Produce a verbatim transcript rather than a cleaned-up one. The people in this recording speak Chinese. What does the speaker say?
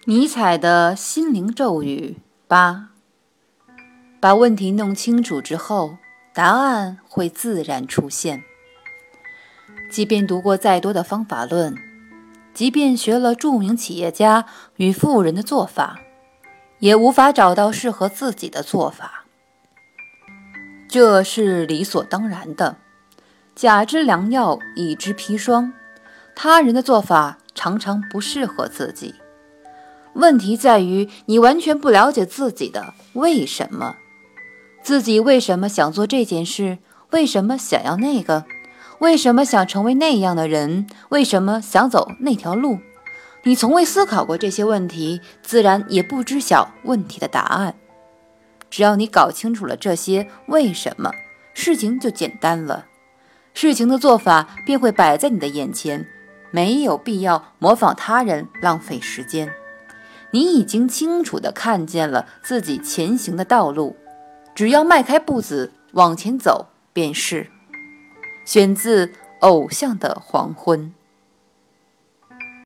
尼采的心灵咒语八：把问题弄清楚之后，答案会自然出现。即便读过再多的方法论，即便学了著名企业家与富人的做法，也无法找到适合自己的做法。这是理所当然的。甲之良药，乙之砒霜，他人的做法常常不适合自己。问题在于你完全不了解自己的为什么，自己为什么想做这件事，为什么想要那个，为什么想成为那样的人，为什么想走那条路。你从未思考过这些问题，自然也不知晓问题的答案。只要你搞清楚了这些为什么，事情就简单了，事情的做法便会摆在你的眼前，没有必要模仿他人浪费时间。你已经清楚地看见了自己前行的道路，只要迈开步子往前走便是。选自《偶像的黄昏》。